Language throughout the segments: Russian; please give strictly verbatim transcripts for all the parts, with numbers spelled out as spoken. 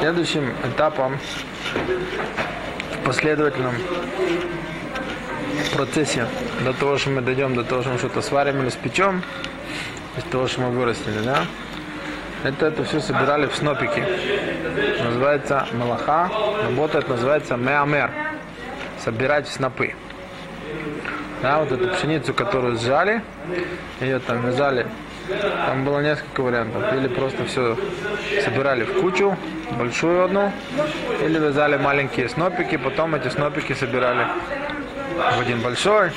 Следующим этапом в последовательном процессе до того, что мы дойдем, до того, что мы что-то сварим или спечем, из того, что мы вырастили, да, это, это все собирали в снопики. Называется малаха, работает, называется меамер. Собирать в снопы. Да, вот эту пшеницу, которую сжали, ее там вязали, там было несколько вариантов. Или просто все собирали в кучу, большую одну, или вязали маленькие снопики, потом эти снопики собирали в один большой.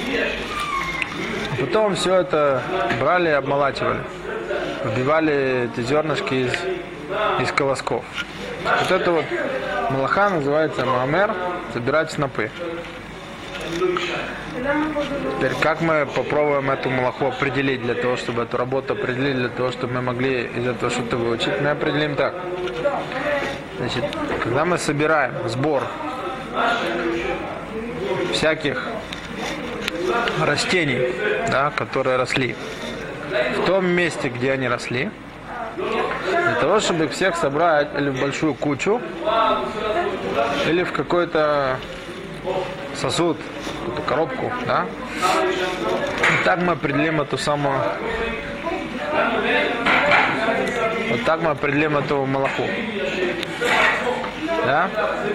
Потом все это брали и обмолачивали. Выбивали эти зернышки из, из колосков. Вот это вот малаха называется маамер, собирать снопы. Теперь как мы попробуем эту малаху определить, для того, чтобы эту работу определить, для того, чтобы мы могли из этого что-то выучить? Мы определим так. Значит, когда мы собираем сбор всяких растений, да, которые росли в том месте, где они росли, для того, чтобы их всех собрать или в большую кучу, или в какой-то сосуд, какую-то коробку, да, и так мы определим эту самую, вот так мы определим эту малаху, да.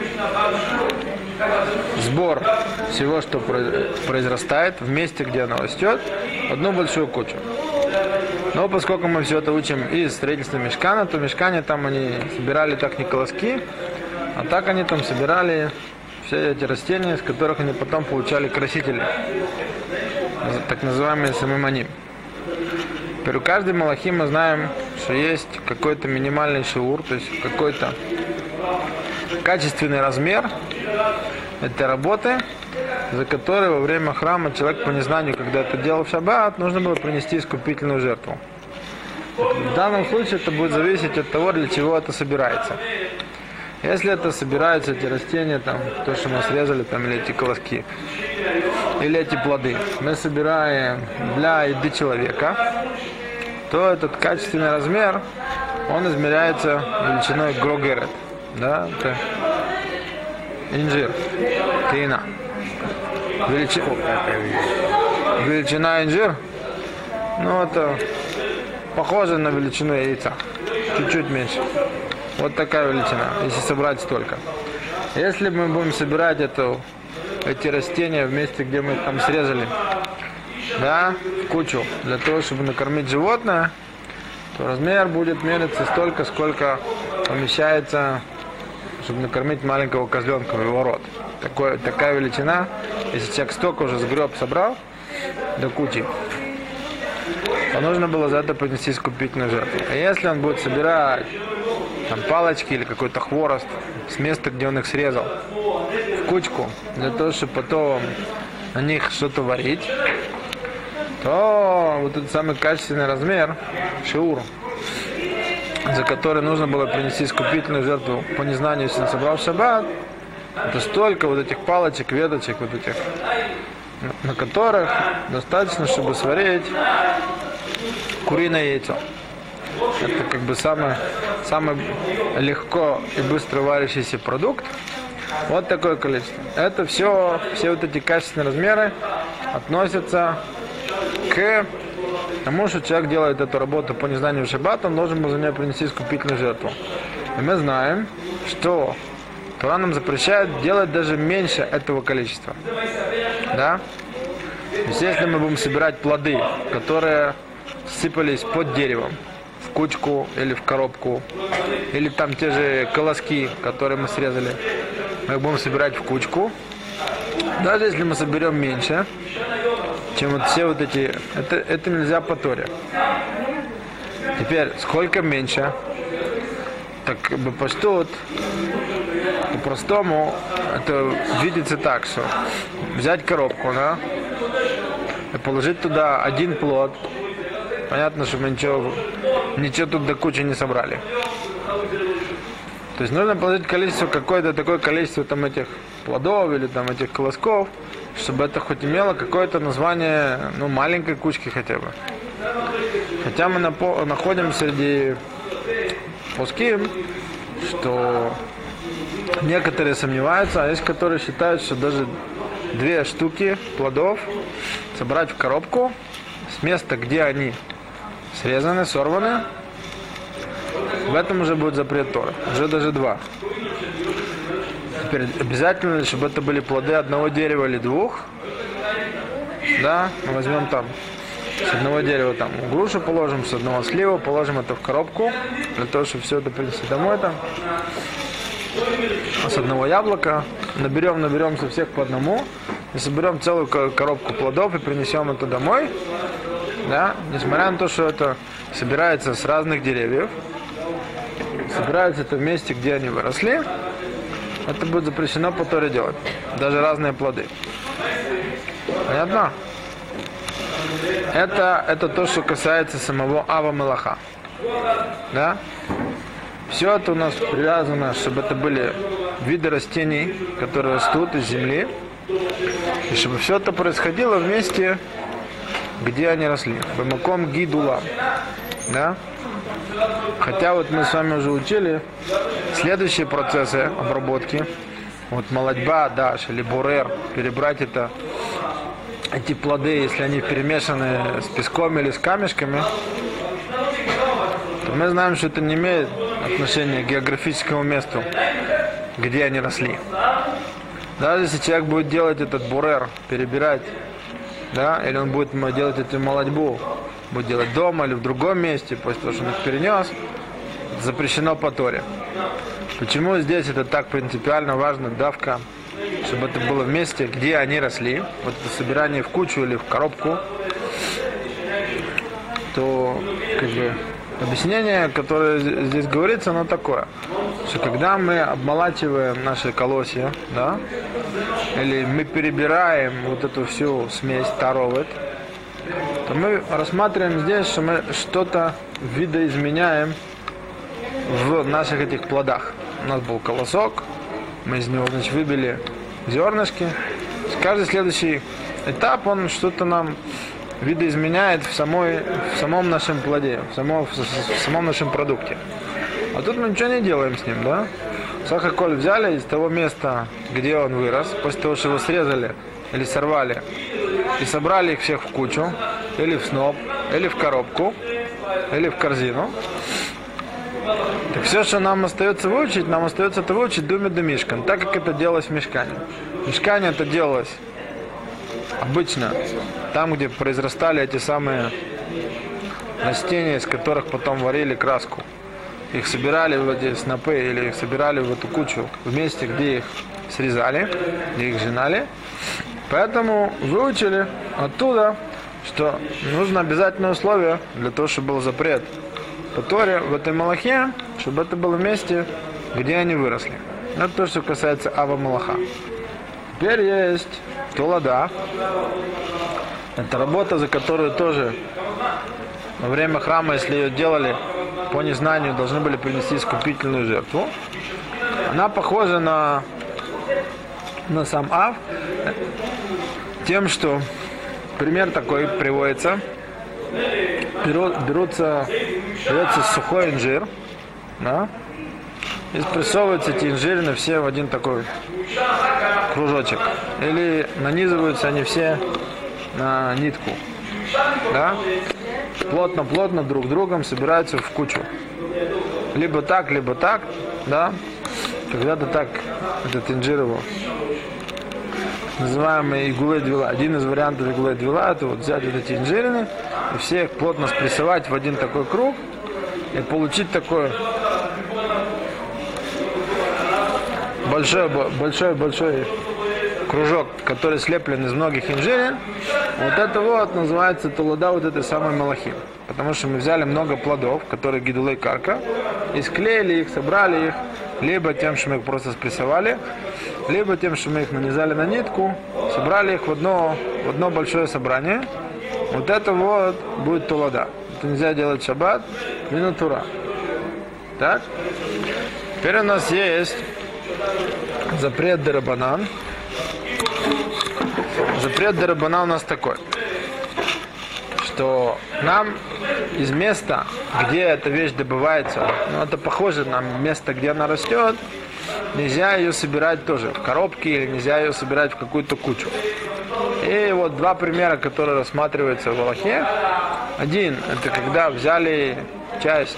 Сбор всего, что произрастает в месте, где оно растет, в одну большую кучу. Но поскольку мы все это учим из строительства мишкана, то в мишкане там они собирали так не колоски, а так они там собирали все эти растения, из которых они потом получали красители, так называемые самиманим. Теперь у каждой малахи мы знаем, что есть какой-то минимальный шиур, то есть какой-то качественный размер этой работы, за которой во время храма человек по незнанию, когда это делал в шаббат, нужно было принести искупительную жертву. В данном случае это будет зависеть от того, для чего это собирается. Если это собираются эти растения, там, то, что мы срезали, там, или эти колоски, или эти плоды, мы собираем для еды человека, то этот качественный размер, он измеряется величиной грогерет, да, это инжир, тейна. Величина, величина инжир, ну это похоже на величину яйца, чуть-чуть меньше. Вот такая величина, если собрать столько. Если мы будем собирать эту, эти растения в месте, где мы там срезали, да, в кучу, для того, чтобы накормить животное, то размер будет мериться столько, сколько помещается, чтобы накормить маленького козленка в его рот. Такой, такая величина, если человек столько уже сгреб, собрал до кучи, то нужно было за это принести искупительную жертву. А если он будет собирать там палочки или какой-то хворост с места, где он их срезал, в кучку, для того, чтобы потом на них что-то варить, то вот этот самый качественный размер, шиур, за который нужно было принести искупительную жертву по незнанию, если он собрал шаббат, это столько вот этих палочек, веточек, вот этих, на которых достаточно, чтобы сварить куриное яйцо. Это как бы самый, самый легко и быстро варящийся продукт. Вот такое количество. Это все, все вот эти качественные размеры относятся к тому, что человек делает эту работу по незнанию шаббата, он должен был за нее принести искупительную жертву. И мы знаем, что Тора нам запрещает делать даже меньше этого количества. Да? То есть, если мы будем собирать плоды, которые сыпались под деревом, в кучку или в коробку, или там те же колоски, которые мы срезали, мы их будем собирать в кучку, даже если мы соберем меньше, чем вот все вот эти, это, это нельзя по Торе. Теперь, сколько меньше, так как бы паштут, по-простому, это видится так, что взять коробку, да, и положить туда один плод, понятно, что мы ничего, ничего тут до кучи не собрали. То есть нужно положить количество, какое-то такое количество там этих плодов или там этих колосков, чтобы это хоть имело какое-то название, ну, маленькой кучки хотя бы. Хотя мы напо- находим среди пуским, что некоторые сомневаются, а есть которые считают, что даже две штуки плодов собрать в коробку с места, где они срезаны, сорваны, в этом уже будет запрет Торы. Уже даже два. Теперь обязательно, чтобы это были плоды одного дерева или двух. Да, мы возьмем там с одного дерева там грушу положим, с одного слива, положим это в коробку, для того, чтобы все это принести домой там. С одного яблока наберем, наберем со всех по одному и соберем целую коробку плодов и принесем это домой. Да, несмотря на то, что это собирается с разных деревьев, собирается это в месте, где они выросли, это будет запрещено по Торе делать. Даже разные плоды. Понятно? Это, это то, что касается самого Ава Мелаха. Да? Все это у нас привязано, чтобы это были виды растений, которые растут из земли. И чтобы все это происходило в месте, где они росли. Бамаком гидула. Да? Хотя вот мы с вами уже учили следующие процессы обработки. Вот молодьба, даш или бурер, перебрать это, эти плоды, если они перемешаны с песком или с камешками, то мы знаем, что это не имеет отношения к географическому месту, где они росли. Даже если человек будет делать этот бурер, перебирать, да, или он будет делать эту молодьбу, будет делать дома или в другом месте, после того, что он их перенес, запрещено по Торе. Почему здесь это так принципиально важно, давка, чтобы это было в месте, где они росли, вот это собирание в кучу или в коробку, то как бы объяснение, которое здесь говорится, оно такое, что когда мы обмолачиваем наши колосья, да, или мы перебираем вот эту всю смесь таровет, то мы рассматриваем здесь, что мы что-то видоизменяем в наших этих плодах. У нас был колосок, мы из него, значит, выбили зернышки. Каждый следующий этап, он что-то нам видоизменяет в, самой, в самом нашем плоде, в самом, в самом нашем продукте. А тут мы ничего не делаем с ним, да? Сахаколь взяли из того места, где он вырос, после того, что его срезали или сорвали, и собрали их всех в кучу, или в сноп, или в коробку, или в корзину. Так все, что нам остается выучить, нам остается это выучить думе да мишкан, так как это делалось в мишкане. В мишкане это делалось обычно там, где произрастали эти самые растения, из которых потом варили краску. Их собирали в эти снопы или их собирали в эту кучу в месте, где их срезали, где их жинали. Поэтому выучили оттуда, что нужно обязательное условие для того, чтобы был запрет по Торе в этой Малахе, чтобы это было в месте, где они выросли. Это то, что касается Ава Малаха. Теперь есть Толода. Это работа, за которую тоже во время храма, если ее делали по незнанию, должны были принести искупительную жертву. Она похожа на, на сам Ав тем, что пример такой приводится. Берут, берутся, берется сухой инжир, да, и спрессовываются эти инжирины все в один такой кружочек. Или нанизываются они все на нитку, да, плотно-плотно друг другом собираются в кучу. Либо так, либо так, да. Когда-то так этот инжир его называемый игулей двила. Один из вариантов игулей двила — это вот взять вот эти инжирины и все их плотно спрессовать в один такой круг и получить такой большой, большой, большой кружок, который слеплен из многих инжирин. Вот это вот называется толода вот этой самой Малахи. Потому что мы взяли много плодов, которые гидулей карка, и склеили их, собрали их, либо тем, что мы их просто спрессовали, либо тем, что мы их нанизали на нитку, собрали их в одно, в одно большое собрание. Вот это вот будет толода. Это нельзя делать в шаббат, минутура. Так? Теперь у нас есть запрет дерабанан. Запрет дерабанан у нас такой, что нам из места, где эта вещь добывается, ну, это похоже на место, где она растет, нельзя ее собирать тоже в коробке или нельзя ее собирать в какую-то кучу. И вот два примера, которые рассматриваются в Алахе. Один, это когда взяли часть,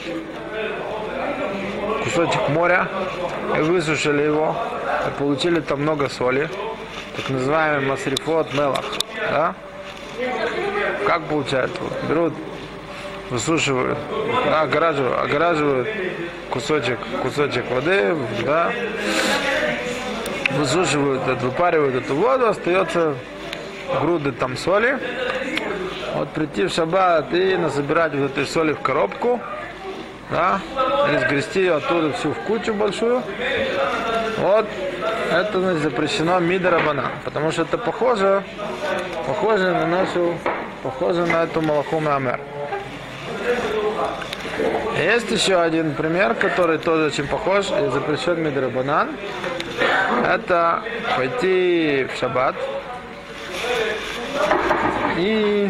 кусочек моря и высушили его, и получили там много соли, так называемый масрифот мелах, да? Как получается? Вот, берут, высушивают, огораживают, огораживают кусочек, кусочек воды, да? Высушивают, выпаривают эту воду, остается груды там соли. Вот прийти в шаббат и насобирать вот этой соли в коробку, да, или сгрести ее оттуда всю в кучу большую. Вот это, значит, запрещено мида рабанан, потому что это похоже, похоже на нашу, похоже на эту малаху меамер. Есть еще один пример, который тоже очень похож и запрещен мида рабанан. Это пойти в шаббат и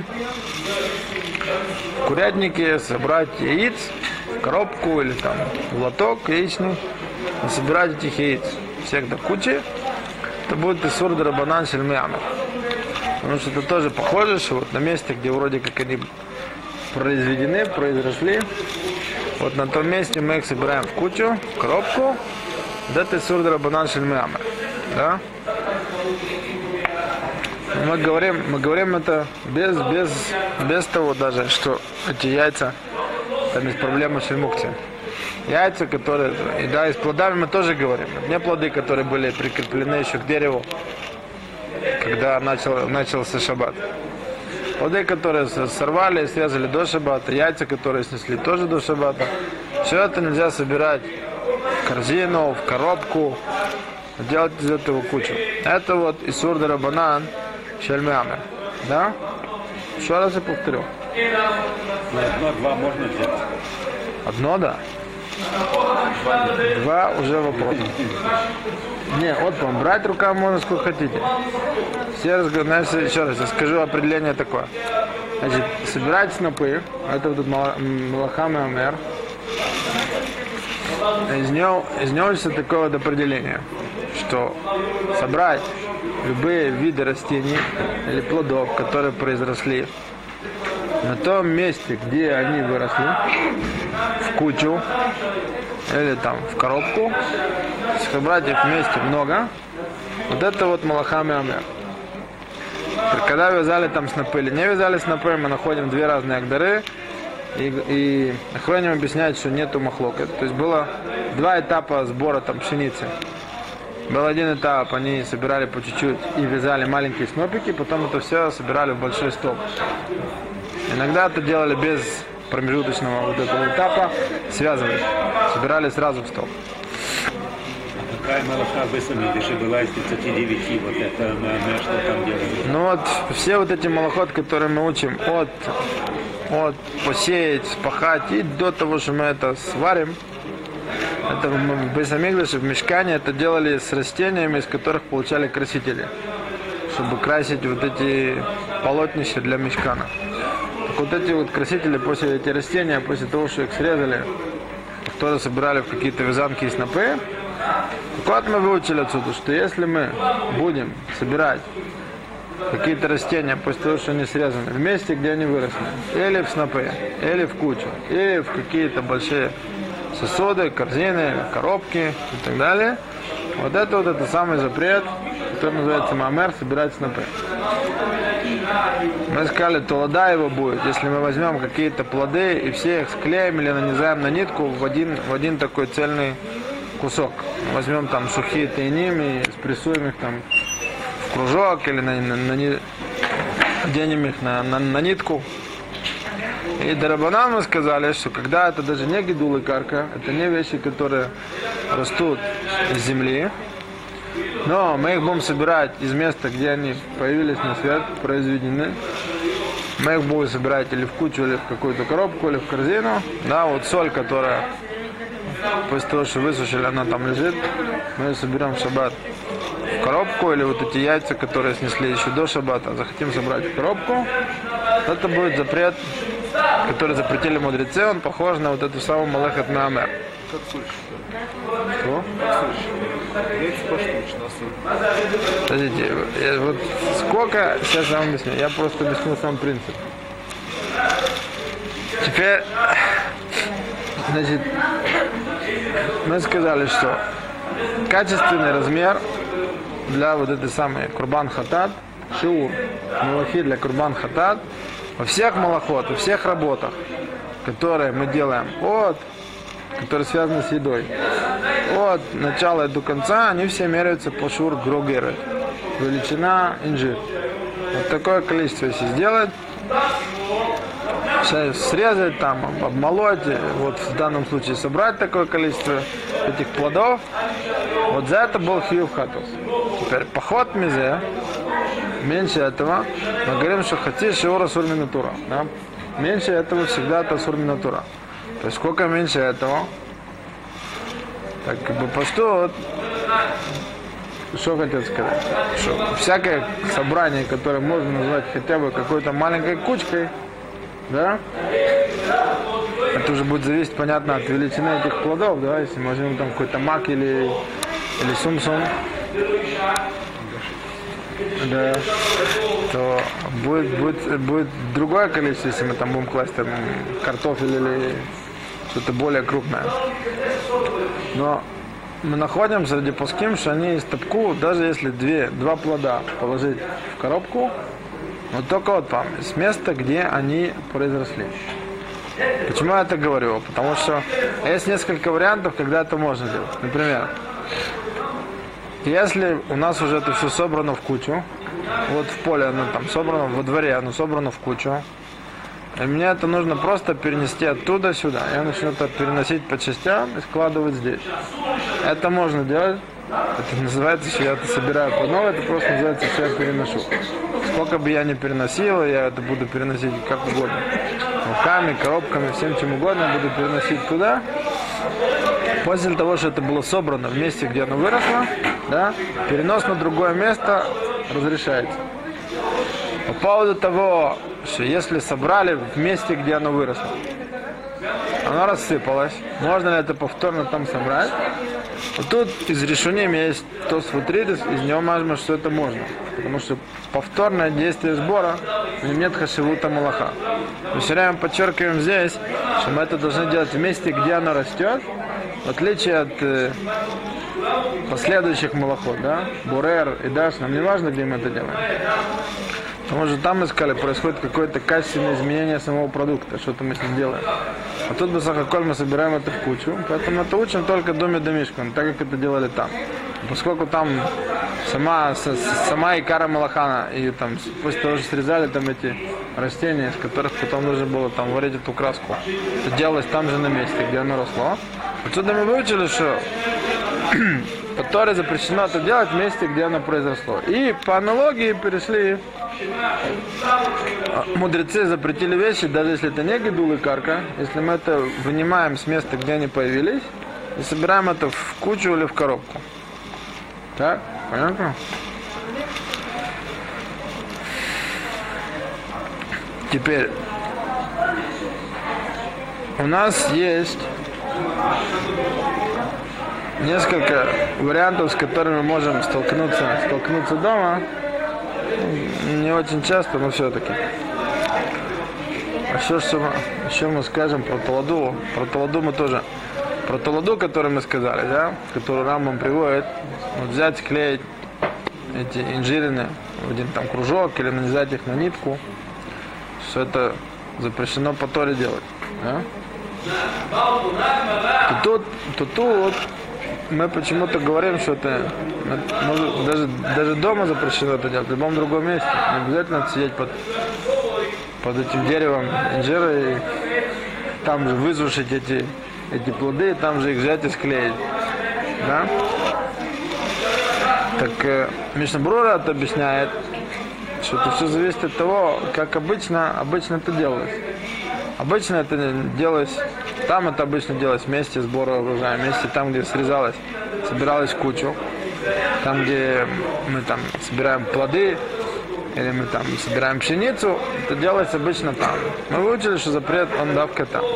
в курятнике собрать яиц в коробку или там в лоток яичный и собирать этих яиц всех до кучи. Это будет исур д'рабанан шель меамер. Потому что это тоже похоже, что вот на месте, где вроде как они произведены, произошли, вот на том месте мы их собираем в кучу, в коробку. Вот это исур д'рабанан шель меамер. Да? Мы говорим, мы говорим это без, без, без того даже, что эти яйца, там есть проблема с шельмукти. Яйца, которые, и да, и с плодами мы тоже говорим. Не плоды, которые были прикреплены еще к дереву, когда начал, начался шаббат. Плоды, которые сорвали и срезали до шаббата, яйца, которые снесли тоже до шаббата. Все это нельзя собирать в корзину, в коробку, делать из этого кучу. Это вот исур д'рабанан шель меамер. Да? Еще раз я повторю. Одно, два можно взять? Одно, да. Два уже вопрос. Не, вот вам брать руками можно сколько хотите. Все разговаривают, еще раз, я скажу определение такое. Значит, собирать снопы, это вот малаха меамер. Из него, из него есть такое вот определение, что собрать любые виды растений или плодов, которые произросли на том месте, где они выросли, в кучу или там в коробку, собрать их вместе много, вот это вот малаха меамер. Когда вязали там снопы или не вязали снопы, мы находим две разные агдары, и, и охроним объясняет, что нету махлокет. То есть было два этапа сбора там пшеницы. Был один этап, они собирали по чуть-чуть и вязали маленькие снопики, потом это все собирали в большой столб. Иногда это делали без промежуточного вот этого этапа, связывали, собирали сразу в столб. Какая малаха в Эсамидыше была из тридцати девяти, вот это, на, что там делали? Ну вот, все вот эти малахот, которые мы учим, от, от посеять, спахать и до того, что мы это сварим, это в Бейс-Амикдаше, в мишкане, это делали с растениями, из которых получали красители, чтобы красить вот эти полотнища для мишкана. Так вот эти вот красители, после эти растения, после того, что их срезали, тоже собирали в какие-то вязанки и снопы. Так вот мы выучили отсюда, что если мы будем собирать какие-то растения после того, что они срезаны, в месте, где они выросли, или в снопы, или в кучу, или в какие-то большие сосуды, корзины, коробки и так далее. Вот это вот это самый запрет, который называется меамер, собирать снопы. Мы сказали, то лада его будет, если мы возьмем какие-то плоды и все их склеим или нанизаем на нитку в один, в один такой цельный кусок. Возьмем там сухие тайним и спрессуем их там в кружок или на, на, на, оденем их на, на, на нитку. И д'рабанан мы сказали, что когда это даже не гидул и карка, это не вещи, которые растут из земли, но мы их будем собирать из места, где они появились на свет, произведены. Мы их будем собирать или в кучу, или в какую-то коробку, или в корзину. Да, вот соль, которая после того, что высушили, она там лежит. Мы ее соберем в шаббат в коробку, или вот эти яйца, которые снесли еще до шаббата, захотим собрать в коробку, это будет запрет, который запретили мудрецы, он похож на вот эту самую Малехет Меамер. Как суши. Что? Как суши. Яйца поштучно особенно. Подождите, я вот сколько, сейчас я вам объясню, я просто объяснил сам принцип. Теперь, значит, мы сказали, что качественный размер для вот этой самой курбан хатат, шиур, малахи для курбан хатат, во всех малахот, во всех работах, которые мы делаем от, которые связаны с едой, от начала до конца, они все меряются по шур грогерет, величина инжир. Вот такое количество, если сделать, срезать, там, обмолоть, вот в данном случае собрать такое количество этих плодов, вот за это был хиюв хатус. Теперь поход мизе, меньше этого, мы говорим, что хати шиура сур минатура. Да? Меньше этого всегда это сур минатура. То есть сколько меньше этого, так как бы по что, вот, что хотел сказать, что всякое собрание, которое можно назвать хотя бы какой-то маленькой кучкой, да, это уже будет зависеть, понятно, от величины этих плодов, да, если мы возьмем там какой-то мак или, или сумсум, да, то будет, будет, будет другое количество, если мы там будем класть там картофель или что-то более крупное. Но мы находим среди пуским, что они из топку, даже если две, два плода положить в коробку, вот только вот там, с места, где они произросли. Почему я это говорю? Потому что есть несколько вариантов, когда это можно делать. Например, если у нас уже это все собрано в кучу, вот в поле оно там собрано, во дворе оно собрано в кучу, и мне это нужно просто перенести оттуда сюда. Я начну это переносить по частям и складывать здесь. Это можно делать. Это называется, что я это собираю по новой, это просто называется, что я переношу. Сколько бы я ни переносил, я это буду переносить как угодно. Руками, коробками, всем чем угодно, я буду переносить туда. После того, что это было собрано в месте, где оно выросло, да, перенос на другое место разрешается. По поводу того, что если собрали в месте, где оно выросло, оно рассыпалось, можно ли это повторно там собрать? Вот тут из решением есть тос футридис, из него можно, что это можно. Потому что повторное действие сбора нет хашивута малаха. Мы все время подчеркиваем здесь, что мы это должны делать в месте, где оно растет, в отличие от э, последующих малахот, да, бурер и даш, нам не важно, где мы это делаем. Потому что там, мы сказали, происходит какое-то качественное изменение самого продукта, что-то мы с ним делаем. А тут, бысахаколь, мы собираем это в кучу, поэтому это учим только в доме домишкан, так как это делали там. Поскольку там сама, с, сама икара малахана, и там, после того, что срезали там эти растения, из которых потом нужно было там варить эту краску, это делалось там же на месте, где оно росло. Отсюда мы выучили, что по Торе запрещено это делать в месте, где оно произошло. И по аналогии перешли, мудрецы запретили вещи, даже если это не гидул и карка, если мы это вынимаем с места, где они появились, и собираем это в кучу или в коробку. Так, понятно? Теперь у нас есть несколько вариантов, с которыми мы можем столкнуться, столкнуться дома. Не очень часто, но все-таки. А что, что мы, еще мы скажем про Толаду? Про Толаду мы тоже. Про Толаду, который мы сказали, да, который Рамбам приводит, вот взять, склеить эти инжирины в один там кружок или нанизать их на нитку, что это запрещено по Торе делать. Да? То тут, то тут мы почему-то говорим, что это может, даже, даже дома запрещено это делать, в любом другом месте. Не обязательно сидеть под, под этим деревом инжира и там же высушить эти, эти плоды, там же их взять и склеить. Да? Так э, Мишна Брура это объясняет, что это все зависит от того, как обычно, обычно это делалось. Обычно это делалось, там это обычно делалось вместе сбора урожая, вместе там, где срезалось, собиралось в кучу. там, где мы там собираем плоды, или мы там собираем пшеницу, это делается обычно там. Мы выучили, что запрет он давка там.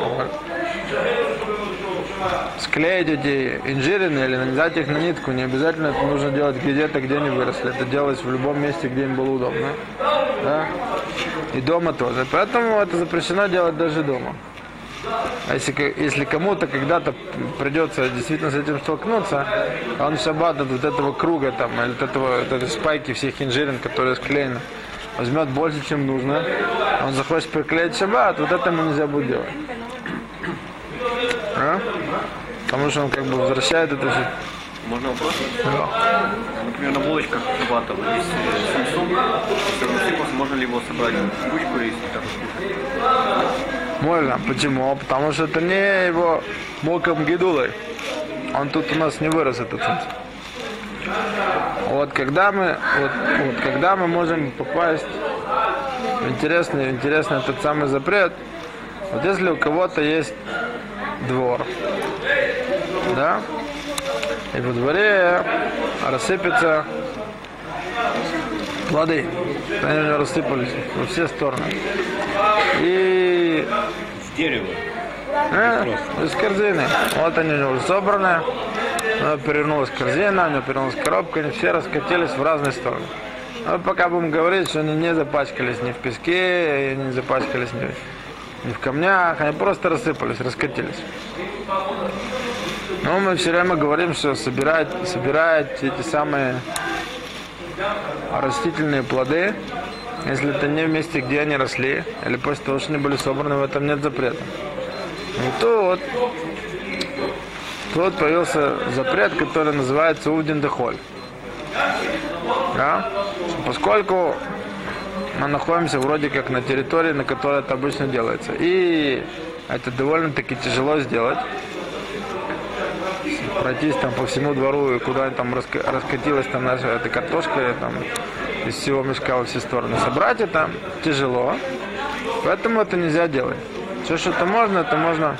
Склеить эти инжирины или нанизать их на нитку, не обязательно это нужно делать где-то, где они выросли. Это делалось в любом месте, где им было удобно. Да? И дома тоже. Поэтому это запрещено делать даже дома. А если, если кому-то когда-то придется действительно с этим столкнуться, он в шаббат от вот этого круга там, или от этого, от этой спайки всех инжирин, которые склеены, возьмет больше, чем нужно, он захочет приклеить шаббат, вот это ему нельзя будет делать. А? Потому что он как бы возвращает это все. Можно вопрос? Да. Например, на булочках ватов есть Samsung, можно ли его собрать в кучку и так вот? Можно. Почему? Потому что это не его моком гидулой. Он тут у нас не вырос, этот цинц. Вот когда мы, вот, вот когда мы можем попасть в интересный, интересный этот самый запрет, вот если у кого-то есть двор, да, и во дворе рассыпятся плоды, они у него рассыпались во все стороны. И С дерева. э, из корзины. Вот они у него уже собраны. У него перевернулась корзина, у него перевернулась коробка, они все раскатились в разные стороны. Мы пока будем говорить, что они не запачкались ни в песке, не запачкались ни, ни в камнях, они просто рассыпались, раскатились. Но мы все время говорим, что собирать, собирать эти самые растительные плоды, если это не в месте, где они росли, или после того, что они были собраны, в этом нет запрета. И тут, тут появился запрет, который называется Увдин Дехоль. Да? Поскольку мы находимся вроде как на территории, на которой это обычно делается. И это довольно-таки тяжело сделать. Пройтись там по всему двору, и куда там раска- раскатилась там наша эта картошка, там, из всего мешка во все стороны. Собрать это тяжело, поэтому это нельзя делать. Все, что это можно, это можно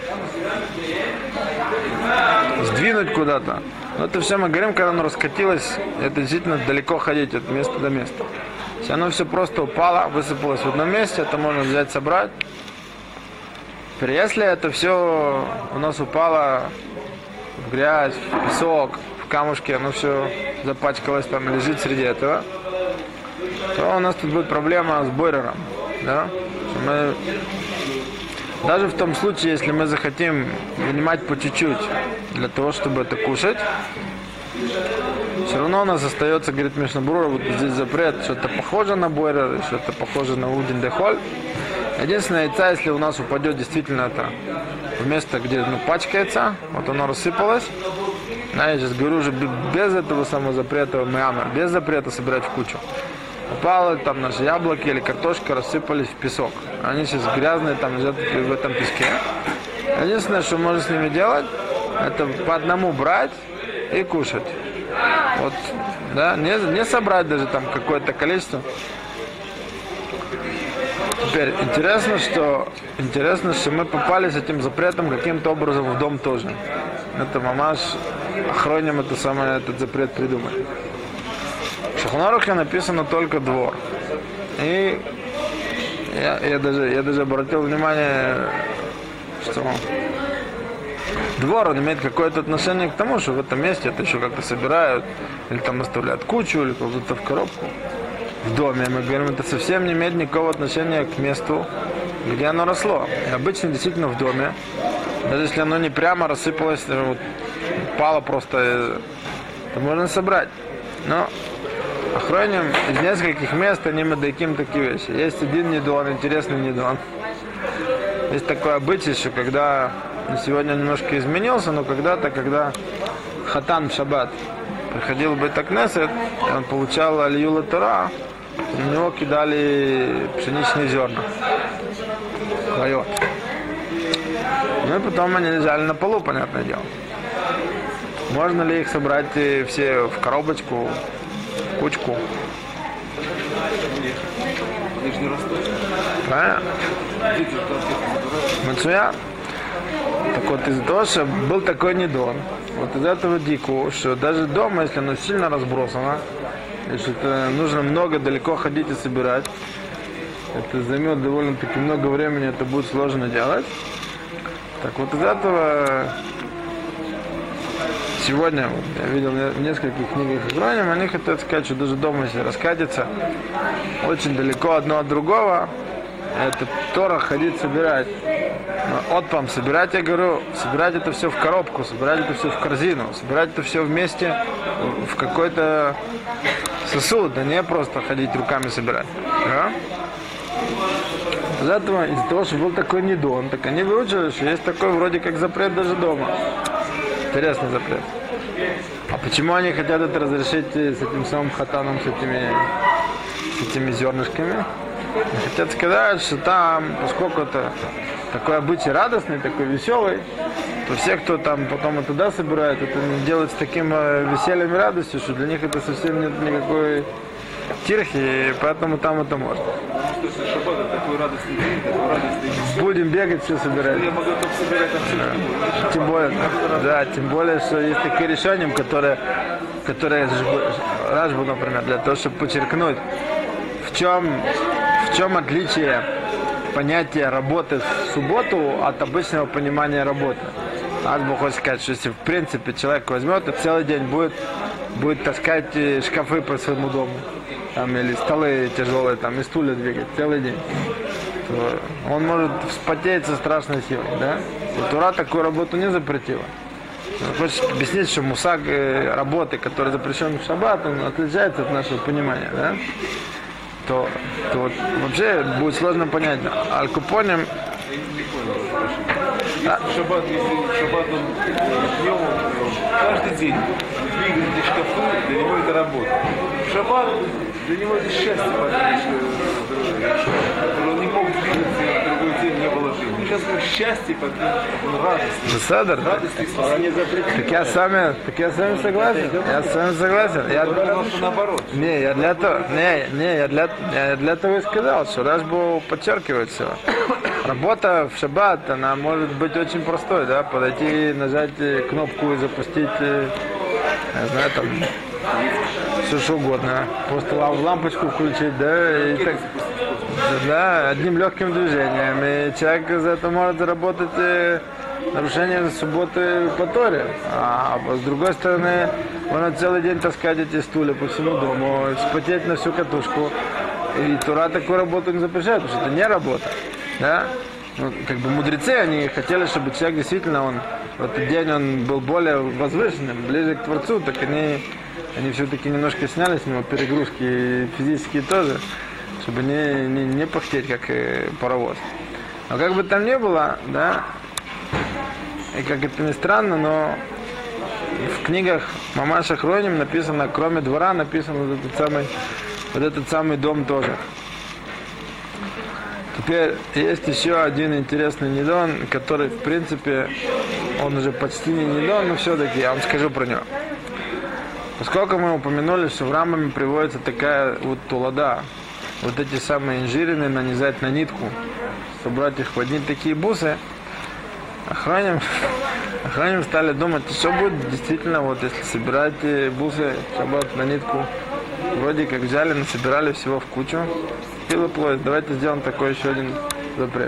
сдвинуть куда-то. Но это все мы говорим, когда оно раскатилось, это действительно далеко ходить от места до места. Если оно все просто упало, высыпалось в одном месте, это можно взять, собрать. Теперь, если это все у нас упало в грязь, в песок, в камушки, оно все запачкалось там и лежит среди этого, то у нас тут будет проблема с бойрером. Да? Мы, даже в том случае, если мы захотим вынимать по чуть-чуть для того, чтобы это кушать, все равно у нас остается, говорит Мишнабрура, вот здесь запрет, что-то похоже на бойрер, что-то похоже на Увдин Дехоль. Единственное, яйца, если у нас упадет действительно это в место, где ну, пачкается, вот оно рассыпалось. Да, я сейчас говорю уже без этого самого запрета мямер, без запрета собирать в кучу. Упало там наши яблоки или картошка, рассыпались в песок. Они сейчас грязные, там лежат в этом песке. Единственное, что можно с ними делать, это по одному брать и кушать. Вот, да, не, не собрать даже там какое-то количество. Теперь интересно, что интересно, что мы попали с этим запретом каким-то образом в дом тоже. Это мамаш охроним это самое, этот запрет придумали. В Шухон-Арухе написано только двор. И я, я, даже, я даже обратил внимание, что двор он имеет какое-то отношение к тому, что в этом месте это еще как-то собирают, или там оставляют кучу, или кладут в коробку. В доме, мы говорим, это совсем не имеет никакого отношения к месту, где оно росло. И обычно действительно в доме, даже если оно не прямо рассыпалось, вот, упало просто, то можно собрать. Но охроним из нескольких мест, они мы дайким такие вещи. Есть один недон, интересный недон. Есть такой обычай, что когда, ну, сегодня немножко изменился, но когда-то, когда хатан в шаббат приходил в Бейт-Кнесет, он получал алию ле-Тора, на него кидали пшеничные зерна. Хайот. Ну и потом они лежали на полу, понятное дело. Можно ли их собрать все в коробочку, в кучку? Они же не растут. Правильно? Дети же там где-то забирают. Мацуя. Так вот, из-за того, что был такой недон, вот из этого дику, что даже дома, если оно сильно разбросано, если это нужно много далеко ходить и собирать, это займет довольно-таки много времени, это будет сложно делать. Так вот из этого сегодня я видел в нескольких книгах Охроним, они хотят сказать, что даже дома, если раскатиться очень далеко одно от другого, это Тора ходить собирать. Но отпам собирать, я говорю, собирать это все в коробку, собирать это все в корзину, собирать это все вместе в какой-то сосуд, а не просто ходить руками собирать. Да? Из этого, из-за того, что был такой недон, так они выучили, что есть такой вроде как запрет даже дома. Интересный запрет. А почему они хотят это разрешить с этим самым хатаном, с этими, с этими зернышками? Хотят сказать, что там, поскольку это такой обычай радостный, такой веселый, то все, кто там потом и туда собирает, это делают с таким весельем и радостью, что для них это совсем нет никакой тирхи, и поэтому там это можно. Что шаббат это такой радостный день, такой радостный день. Будем бегать, все собирать. Я могу только собирать там все. Да. Тем более, да, тем более, что есть такие решения, которые, которые Рашбу, например, для того, чтобы подчеркнуть, в чем, в чем отличие понятия работы в субботу от обычного понимания работы. Рашбу хочет сказать, что если в принципе человек возьмет и целый день будет, будет таскать шкафы по своему дому, там, или столы тяжелые, там, и стулья двигать целый день, то он может вспотеть со страшной силой, да? И Тора такую работу не запретила. Хочешь объяснить, что мусаг работы, который запрещен в шаббат, он отличается от нашего понимания, да? То, то вот вообще будет сложно понять. Аль-Купоним... Да. Шаббат, если шаббат он днем, каждый день двигает эти шкафы, для него это работа. Шаббат для него это счастье, потому что он не мог двигаться, в другой день не было жизни. Сейчас как счастье, потому он радостный. Садр? Так я с вами, так я с вами согласен. Я с вами согласен. Я наоборот. Не, я для того, не, не, я для, я для того и сказал, что Рашбу подчеркивает все. Работа в шаббат, она может быть очень простой, да, подойти, нажать кнопку и запустить, я знаю, там, все что угодно, просто лампочку включить, да, и так, да, одним легким движением, и человек за это может заработать нарушение субботы по Торе, а с другой стороны, он целый день таскать эти стулья по всему дому, вспотеть на всю катушку, и Тора такую работу не запрещает, потому что это не работа. Да? Ну, как бы мудрецы, они хотели, чтобы человек действительно, он в этот день он был более возвышенным, ближе к Творцу, так они, они все-таки немножко сняли с него перегрузки физические тоже, чтобы не, не, не пыхтеть, как и паровоз. Но как бы там ни было, да, и как это ни странно, но в книгах Мамаш Охроним написано, кроме двора, написано вот этот самый, вот этот самый дом тоже. Теперь есть еще один интересный нидон, который, в принципе, он уже почти не нидон, но все-таки я вам скажу про него. Поскольку мы упомянули, что в Рамбаме приводится такая вот тулада, вот эти самые инжирины нанизать на нитку, собрать их в одни такие бусы, охраним, охраним стали думать, что будет действительно, вот если собирать бусы шаббат на нитку, вроде как взяли, насобирали всего в кучу, пилоплоид, давайте сделаем такой еще один запрет.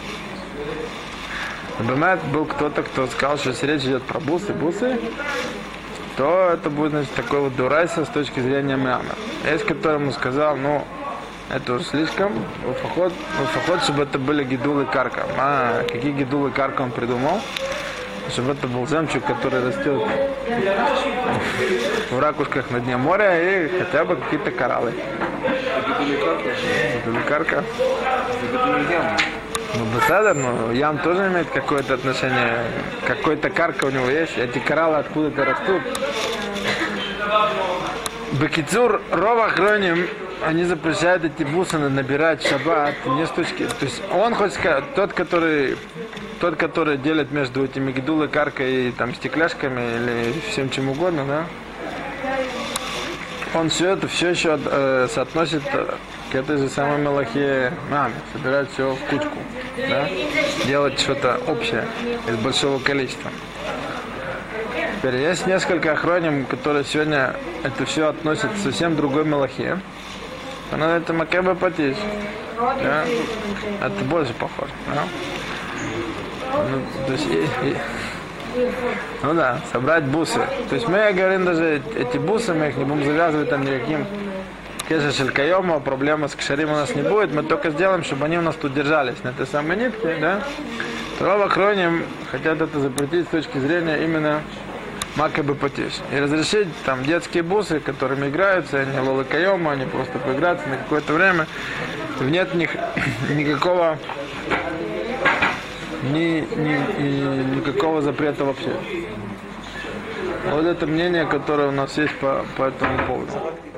Например, был кто-то, кто сказал, что если речь идет про бусы, бусы, то это будет, значит, такой вот дурайса с точки зрения Миама. Есть, которому сказал, ну, это уже слишком, уфахот, уфахот, чтобы это были гидулы карка. А какие гидулы карка он придумал? Чтобы это был жемчуг, который растет в ракушках на дне моря, и хотя бы какие-то кораллы. Гидулы карка. Ну, Басадер, но ям тоже имеет какое-то отношение, какой-то карка у него есть, эти кораллы откуда-то растут. Бекицур, Рова Хроним, они запрещают эти бусы набирать в шаббат, не с точки, то есть он хочет сказать, тот, который, тот, который делит между этими гидулой, каркой и там стекляшками или всем чем угодно, да, он все это все еще э, соотносит к этой же самой мелахе маме, собирать все в кучку, да, делать что-то общее из большого количества. Теперь есть несколько охроним, которые сегодня это все относят к совсем другой малахе. Она это макеба патиш. Да? Это больше похоже. Да? Ну, то есть, и, и, ну да, собрать бусы. То есть мы говорим даже эти бусы, мы их не будем завязывать там никаким кеша шелькайома, проблема с кшарим у нас не будет, мы только сделаем, чтобы они у нас тут держались на этой самой нитке, да? Ров Ахроним хотят это запретить с точки зрения именно макабы патиш. И разрешить там детские бусы, которыми играются, они лолы кайома, они просто поиграться на какое-то время. Нет в них никакого ни, ни, ни, никакого запрета вообще. Вот это мнение, которое у нас есть по, по этому поводу.